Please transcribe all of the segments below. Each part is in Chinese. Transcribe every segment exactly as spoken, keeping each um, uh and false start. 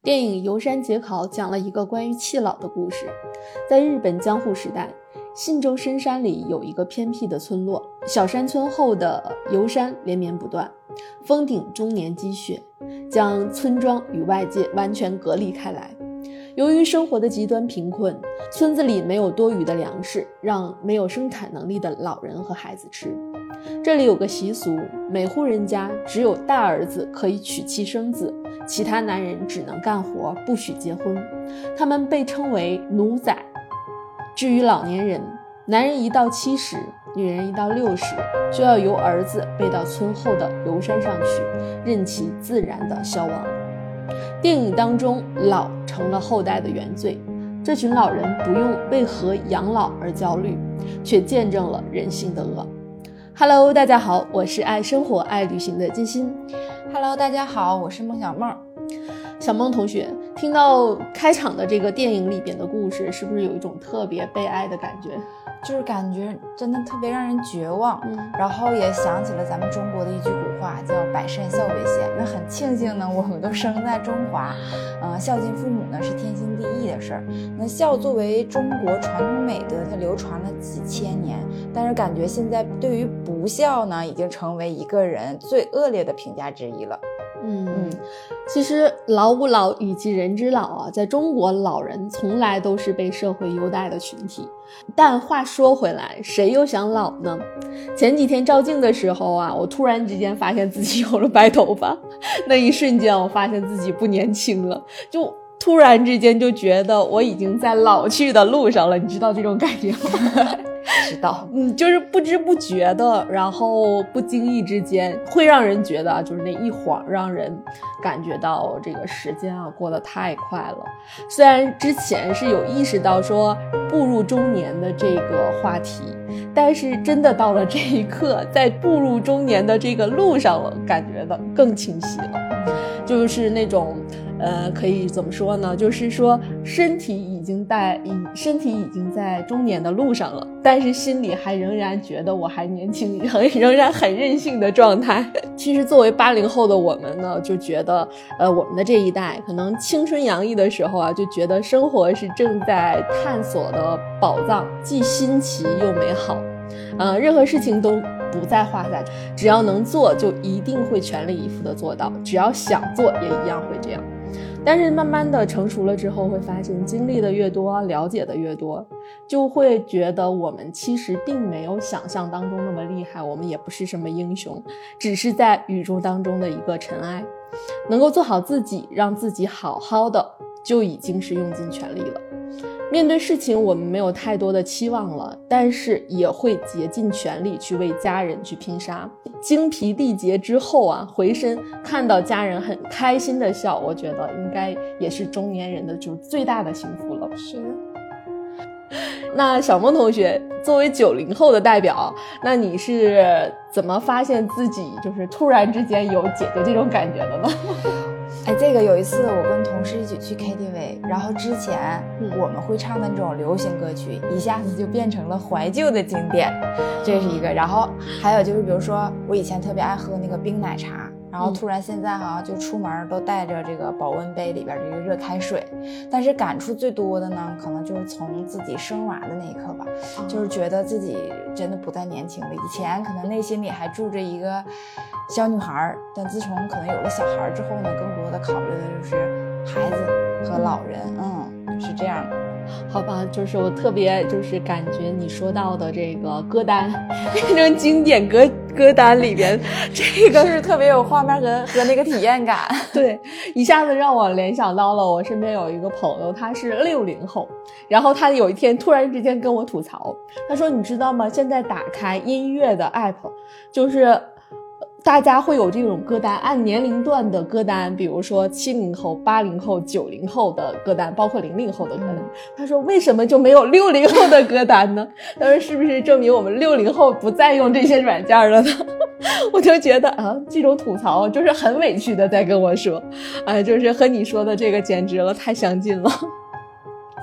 电影《游山节考》讲了一个关于弃老的故事。在日本江户时代，信州深山里有一个偏僻的村落，小山村后的游山连绵不断，峰顶终年积雪，将村庄与外界完全隔离开来。由于生活的极端贫困，村子里没有多余的粮食，让没有生产能力的老人和孩子吃。这里有个习俗，每户人家只有大儿子可以娶妻生子，其他男人只能干活，不许结婚。他们被称为奴仔。至于老年人，男人一到七十，女人一到六十，就要由儿子背到村后的游山上去，任其自然的消亡。电影当中，老成了后代的原罪，这群老人不用为何养老而焦虑，却见证了人性的恶。Hello， 大家好，我是爱生活爱旅行的金鑫。 Hello， 大家好，我是孟小梦。 小梦同学，听到开场的这个电影里边的故事，是不是有一种特别悲哀的感觉？ 就是感觉真的特别让人绝望，嗯，然后也想起了咱们中国的一句古话，叫百善孝为先。那很庆幸呢，我们都生在中华，呃，孝敬父母呢是天经地义的事儿。那孝作为中国传统美德，它流传了几千年，但是感觉现在对于不孝呢，已经成为一个人最恶劣的评价之一了。 嗯嗯，其实老吾老以及人之老啊，在中国老人从来都是被社会优待的群体。但话说回来，谁又想老呢？前几天照镜的时候啊，我突然之间发现自己有了白头发，那一瞬间我发现自己不年轻了，就突然之间就觉得我已经在老去的路上了，你知道这种感觉吗？ 知道， 嗯，就是不知不觉的，然后不经意之间会让人觉得，就是那一晃让人感觉到这个时间啊过得太快了。虽然之前是有意识到说步入中年的这个话题，但是真的到了这一刻，在步入中年的这个路上了，感觉到更清晰了，就是那种呃，可以怎么说呢？就是说，身体已经在，身体已经在中年的路上了，但是心里还仍然觉得我还年轻，很仍然很任性的状态。其实，作为八零后的我们呢，就觉得，呃，我们的这一代可能青春洋溢的时候啊，就觉得生活是正在探索的宝藏，既新奇又美好。呃，任何事情都不在话下，只要能做，就一定会全力以赴的做到；只要想做，也一样会这样。但是慢慢的成熟了之后，会发现经历的越多，了解的越多，就会觉得我们其实并没有想象当中那么厉害，我们也不是什么英雄，只是在宇宙当中的一个尘埃。能够做好自己，让自己好好的，就已经是用尽全力了。面对事情，我们没有太多的期望了，但是也会竭尽全力去为家人去拼杀。精疲力竭之后啊，回身看到家人很开心的笑，我觉得应该也是中年人的就是最大的幸福了。 是的。 那小梦同学作为九零后的代表，那你是怎么发现自己就是突然之间有姐姐这种感觉的呢？ 哎，这个有一次我跟同事一起去 K T V， 然后之前我们会唱的那种流行歌曲，一下子就变成了怀旧的经典，这是一个。然后还有就是比如说我以前特别爱喝那个冰奶茶，然后突然现在好像就出门都带着这个保温杯里边这个热开水。但是感触最多的呢，可能就是从自己生娃的那一刻吧，就是觉得自己真的不再年轻了。以前可能内心里还住着一个小女孩，但自从可能有了小孩之后呢，更多的考虑的就是孩子和老人，嗯，是这样的。 好吧，就是我特别就是感觉你说到的这个歌单变成经典歌歌单里边，这个是特别有画面和和那个体验感。 对，一下子让我联想到了我身边有一个朋友，他是六零后，然后他有一天突然之间跟我吐槽，他说你知道吗？现在打开音乐的 app， 就是大家会有这种歌单，按年龄段的歌单，比如说七零后、八零后、九零后的歌单，包括零零后的歌单。他说为什么就没有六零后的歌单呢？他说是不是证明我们六零后不再用这些软件了呢？我就觉得啊，这种吐槽就是很委屈的在跟我说，哎、呃，就是和你说的这个简直了，太相近了。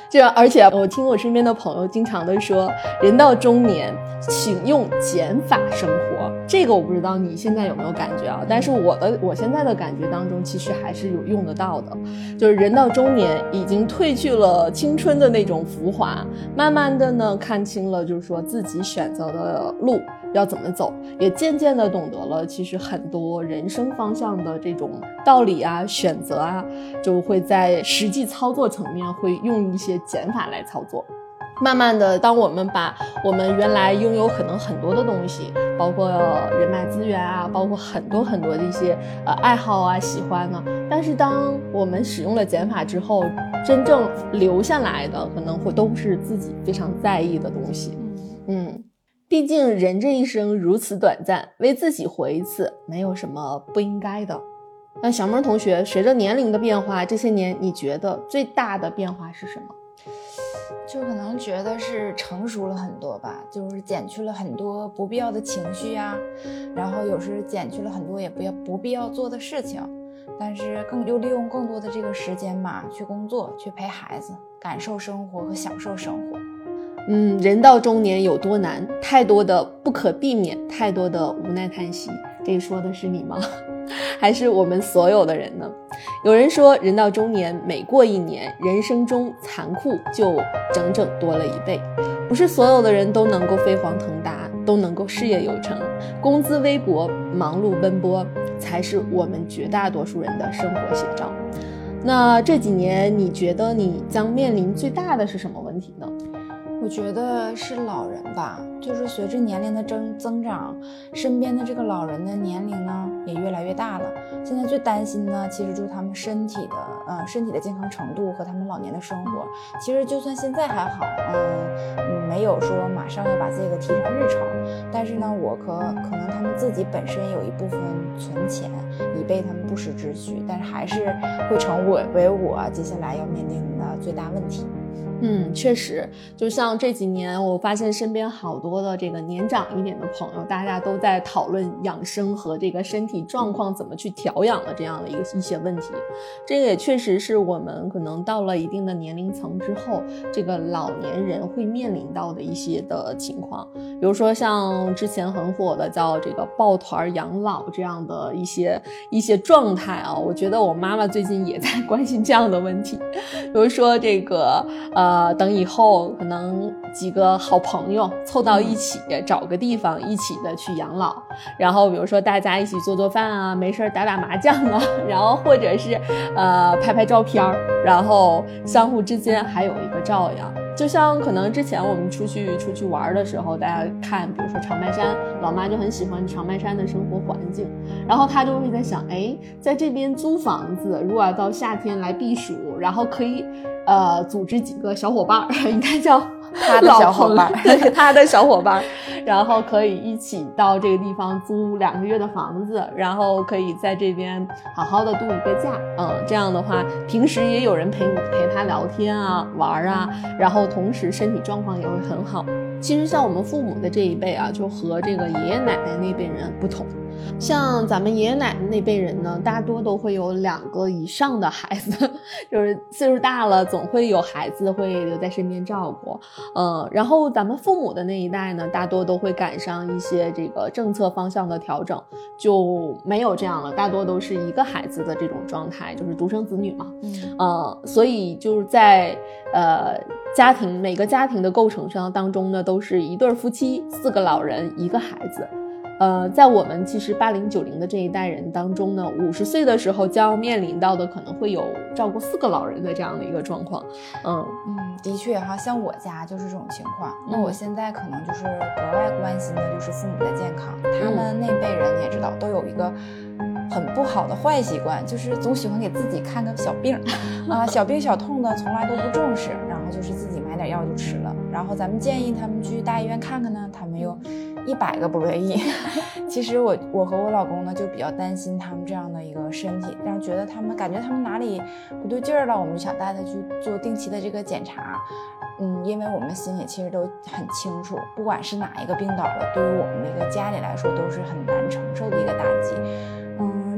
这而且我听我身边的朋友经常的说，人到中年请用减法生活，这个我不知道你现在有没有感觉啊？但是我的我现在的感觉当中其实还是有用得到的，就是人到中年已经褪去了青春的那种浮华，慢慢的呢看清了就是说自己选择的路要怎么走，也渐渐的懂得了其实很多人生方向的这种道理啊选择啊，就会在实际操作层面会用一些减法来操作。慢慢的当我们把我们原来拥有可能很多的东西，包括人脉资源啊，包括很多很多的一些呃爱好啊喜欢呢，但是当我们使用了减法之后，真正留下来的可能会都是自己非常在意的东西。嗯，毕竟人这一生如此短暂，为自己活一次没有什么不应该的。那小妹同学，随着年龄的变化，这些年你觉得最大的变化是什么？ 就可能觉得是成熟了很多吧，就是减去了很多不必要的情绪啊，然后有时减去了很多也不要不必要做的事情，但是更又利用更多的这个时间嘛，去工作，去陪孩子，感受生活和享受生活。 嗯，人到中年有多难，太多的不可避免，太多的无奈叹息，这说的是你吗？还是我们所有的人呢？有人说人到中年每过一年，人生中残酷就整整多了一倍。不是所有的人都能够飞黄腾达，都能够事业有成，工资微薄，忙碌奔波，才是我们绝大多数人的生活写照。那这几年你觉得你将面临最大的是什么问题呢？ 我觉得是老人吧，就是随着年龄的增增长，身边的这个老人的年龄呢也越来越大了。现在最担心呢，其实就是他们身体的呃身体的健康程度和他们老年的生活。其实就算现在还好，嗯，没有说马上要把这个提上日程，但是呢，我可可能他们自己本身有一部分存钱，以备他们不时之需，但是还是会成我为我接下来要面临的最大问题。 嗯，确实，就像这几年我发现身边好多的这个年长一点的朋友，大家都在讨论养生和这个身体状况怎么去调养的这样的一个一些问题。这个也确实是我们可能到了一定的年龄层之后，这个老年人会面临到的一些的情况。比如说像之前很火的叫这个抱团养老这样的一些一些状态啊，我觉得我妈妈最近也在关心这样的问题。比如说这个呃呃，等以后可能几个好朋友凑到一起，找个地方一起的去养老，然后比如说大家一起做做饭啊，没事打打麻将啊，然后或者是呃拍拍照片，然后相互之间还有一个照养。就像可能之前我们出去出去玩的时候，大家看比如说长白山，老妈就很喜欢长白山的生活环境，然后她就会在想，哎，在这边租房子，如果要到夏天来避暑，然后可以呃组织几个小伙伴，应该叫他的小伙伴， 对，他的小伙伴，然后可以一起到这个地方租两个月的房子，然后可以在这边好好的度一个假。嗯，这样的话，平时也有人陪你陪他聊天啊、玩啊，然后同时身体状况也会很好。其实像我们父母的这一辈啊，就和这个爷爷奶奶那辈人不同。像咱们爷爷奶奶那辈人呢，大多都会有两个以上的孩子，就是岁数大了总会有孩子会留在身边照顾。呃，然后咱们父母的那一代呢，大多都会赶上一些这个政策方向的调整，就没有这样了，大多都是一个孩子的这种状态，就是独生子女嘛。嗯，呃，所以就是在呃家庭每个家庭的构成上当中呢，都是一对夫妻，四个老人，一个孩子。呃，在我们其实八零九零的这一代人当中呢，五十岁的时候将要面临到的可能会有照顾四个老人的这样的一个状况。嗯嗯，的确哈，像我家就是这种情况。那我现在可能就是格外关心的就是父母的健康，他们那辈人你也知道都有一个很不好的坏习惯，就是总喜欢给自己看个小病啊、呃，小病小痛的从来都不重视，然后就是自己买点药就吃了。然后咱们建议他们去大医院看看呢，他们又一百个不乐意。其实我我和我老公呢就比较担心他们这样的一个身体，然后觉得他们感觉他们哪里不对劲儿了，我们就想带他去做定期的这个检查。嗯，因为我们心里其实都很清楚，不管是哪一个病倒了，对于我们那个家里来说都是很难承受的一个打击。嗯，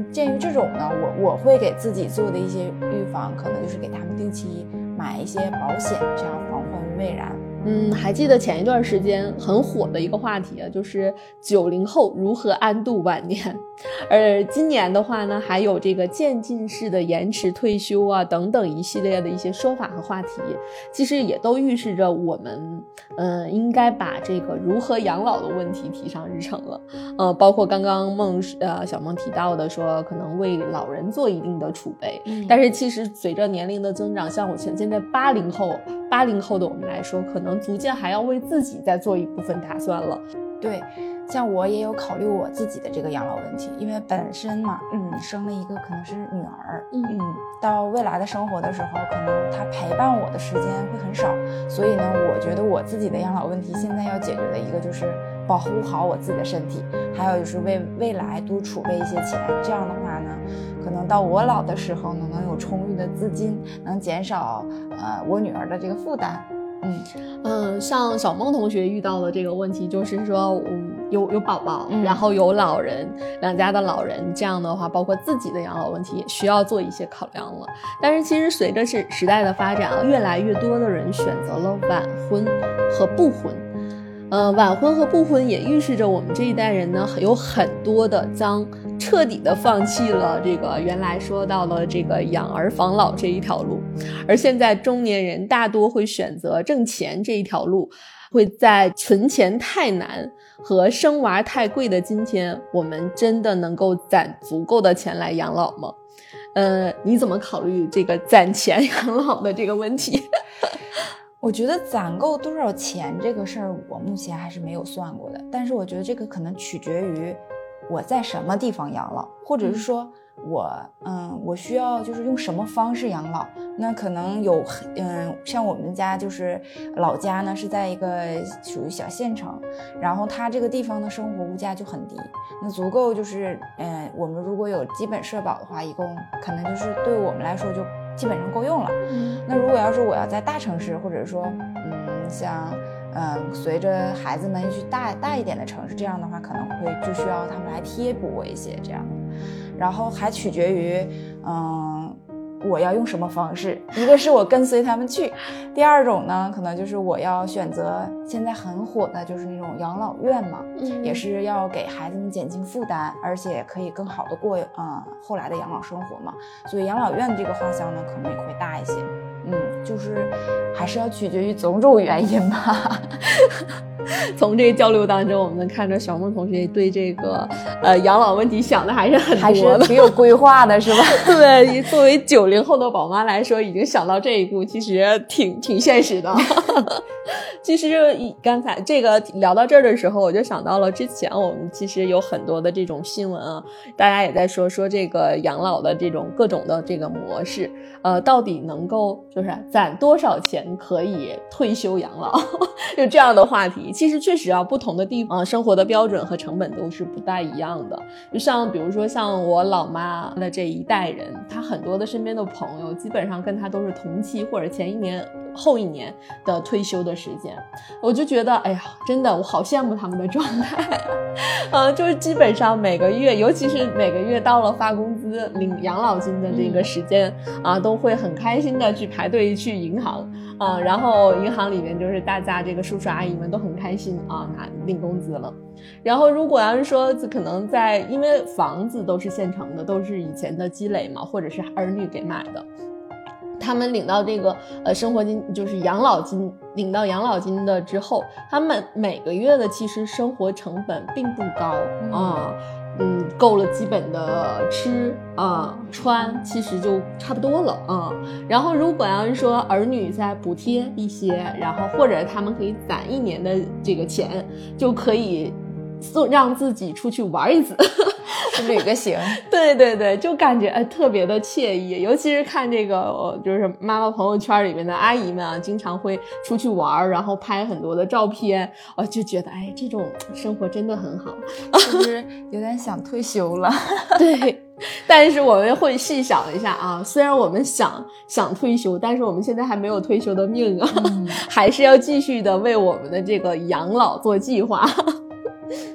鉴于这种呢，我我会给自己做的一些预防，可能就是给他们定期买一些保险，这样防患于未然。 嗯，还记得前一段时间很火的一个话题啊，就是九零后如何安度晚年。而今年的话呢，还有这个渐进式的延迟退休啊等等一系列的一些说法和话题，其实也都预示着我们嗯、呃，应该把这个如何养老的问题提上日程了。呃，包括刚刚梦呃小梦提到的说可能为老人做一定的储备，嗯、但是其实随着年龄的增长，像我现现在八零后八零后的我们来说，可能逐渐还要为自己再做一部分打算了。 对，像我也有考虑我自己的这个养老问题，因为本身嘛，嗯，生了一个可能是女儿，嗯嗯，到未来的生活的时候，可能她陪伴我的时间会很少，所以呢，我觉得我自己的养老问题现在要解决的一个就是保护好我自己的身体，还有就是为未来多储备一些钱，这样的话呢，可能到我老的时候呢，能有充裕的资金，能减少呃我女儿的这个负担。嗯嗯，像小梦同学遇到的这个问题，就是说，嗯，有有宝宝， 嗯、 然后有老人，两家的老人，这样的话，包括自己的养老问题，也需要做一些考量了。但是，其实随着是时代的发展啊，越来越多的人选择了晚婚和不婚。呃，晚婚和不婚也预示着我们这一代人呢，有很多的将彻底的放弃了这个原来说到了这个养儿防老这一条路，而现在中年人大多会选择挣钱这一条路，会在存钱太难和生娃太贵的今天，我们真的能够攒足够的钱来养老吗？呃，你怎么考虑这个攒钱养老的这个问题？ 我觉得攒够多少钱这个事儿，我目前还是没有算过的。但是我觉得这个可能取决于我在什么地方养老，或者是说我，嗯，我需要就是用什么方式养老。那可能有，嗯，像我们家就是老家呢是在一个属于小县城，然后它这个地方的生活物价就很低，那足够就是，嗯，我们如果有基本社保的话，一共可能就是对我们来说就基本上够用了。嗯，那如果要是我要在大城市，或者说，嗯，像，嗯，随着孩子们去大大一点的城市，这样的话可能会就需要他们来贴补我一些这样的，然后还取决于，嗯，我要用什么方式。一个是我跟随他们去，第二种呢，可能就是我要选择现在很火的就是那种养老院嘛，嗯、也是要给孩子们减轻负担，而且可以更好的过嗯后来的养老生活嘛。所以养老院的这个花销呢，可能也会大一些。嗯，就是还是要取决于种种原因吧。 从这个交流当中，我们能看着小梦同学对这个呃养老问题想的还是很多的， 还是挺有规划的，是吧？ 对，作为九零后的宝妈来说，已经想到这一步，其实挺挺现实的。其实刚才这个聊到这儿的时候，我就想到了之前我们其实有很多的这种新闻啊，大家也在说说这个养老的这种各种的这个模式，呃，到底能够就是攒多少钱可以退休养老，就这样的话题。其实确实啊，不同的地方生活的标准和成本都是不大一样的。就像比如说像我老妈的这一代人，她很多的身边的朋友基本上跟她都是同期或者前一年后一年的退休的时间，我就觉得哎呀，真的我好羡慕他们的状态。呃，就是基本上每个月，尤其是每个月到了发工资领养老金的这个时间、嗯、啊，都会很开心的去排队去银行啊，然后银行里面就是大家这个叔叔阿姨们都很开心啊，拿领工资了。然后如果要是说可能在，因为房子都是现成的，都是以前的积累嘛，或者是儿女给买的，他们领到这个呃生活金，就是养老金，领到养老金的之后，他们每个月的其实生活成本并不高、嗯、啊，嗯，够了基本的吃啊穿，其实就差不多了啊。然后如果要是说儿女再补贴一些，然后或者他们可以攒一年的这个钱，就可以让自己出去玩一次。 去旅个行。 对对对，就感觉哎特别的惬意，尤其是看这个就是妈妈朋友圈里面的阿姨们啊，经常会出去玩，然后拍很多的照片，我就觉得哎这种生活真的很好， 是不是有点想退休了？ 对，但是我们会细想一下啊，虽然我们想想退休，但是我们现在还没有退休的命啊、嗯、还是要继续的为我们的这个养老做计划。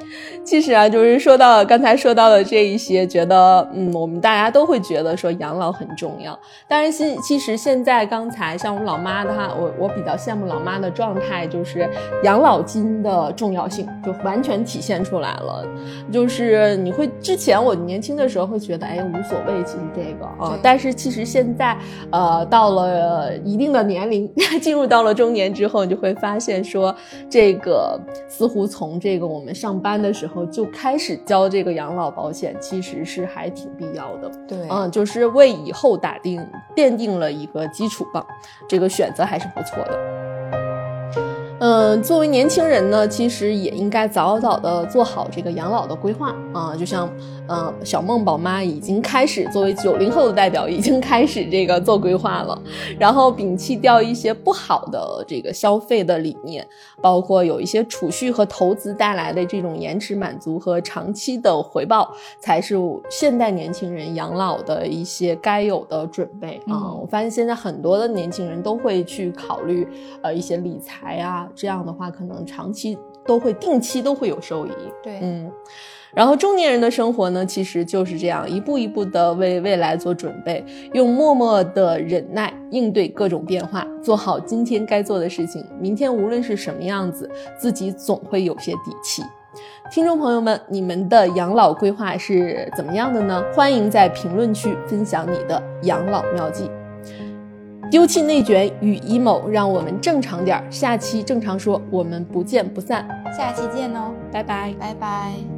其实啊，就是说到刚才说到的这一些，觉得嗯，我们大家都会觉得说养老很重要。但是其其实现在刚才像我老妈她，我我比较羡慕老妈的状态，就是养老金的重要性就完全体现出来了。就是你会之前我年轻的时候会觉得哎无所谓，其实这个啊、呃，但是其实现在呃到了一定的年龄，进入到了中年之后，你就会发现说这个似乎从这个我们上班的时候就开始交这个养老保险，其实是还挺必要的。 对， 嗯，就是为以后打定奠定了一个基础吧，这个选择还是不错的。嗯，作为年轻人呢，其实也应该早早的做好这个养老的规划啊。就像，呃，小梦宝妈已经开始作为九零后的代表，已经开始这个做规划了。然后摒弃掉一些不好的这个消费的理念，包括有一些储蓄和投资带来的这种延迟满足和长期的回报，才是现代年轻人养老的一些该有的准备啊。嗯，我发现现在很多的年轻人都会去考虑，呃，一些理财啊。这样的话可能长期都会定期都会有收益。 对， 嗯，然后中年人的生活呢，其实就是这样一步一步的为未来做准备，用默默的忍耐应对各种变化，做好今天该做的事情，明天无论是什么样子，自己总会有些底气。听众朋友们，你们的养老规划是怎么样的呢？欢迎在评论区分享你的养老妙计。丢弃内卷与 emo， 让我们正常点。下期正常说，我们不见不散。 下期见哦， 拜拜， 拜拜。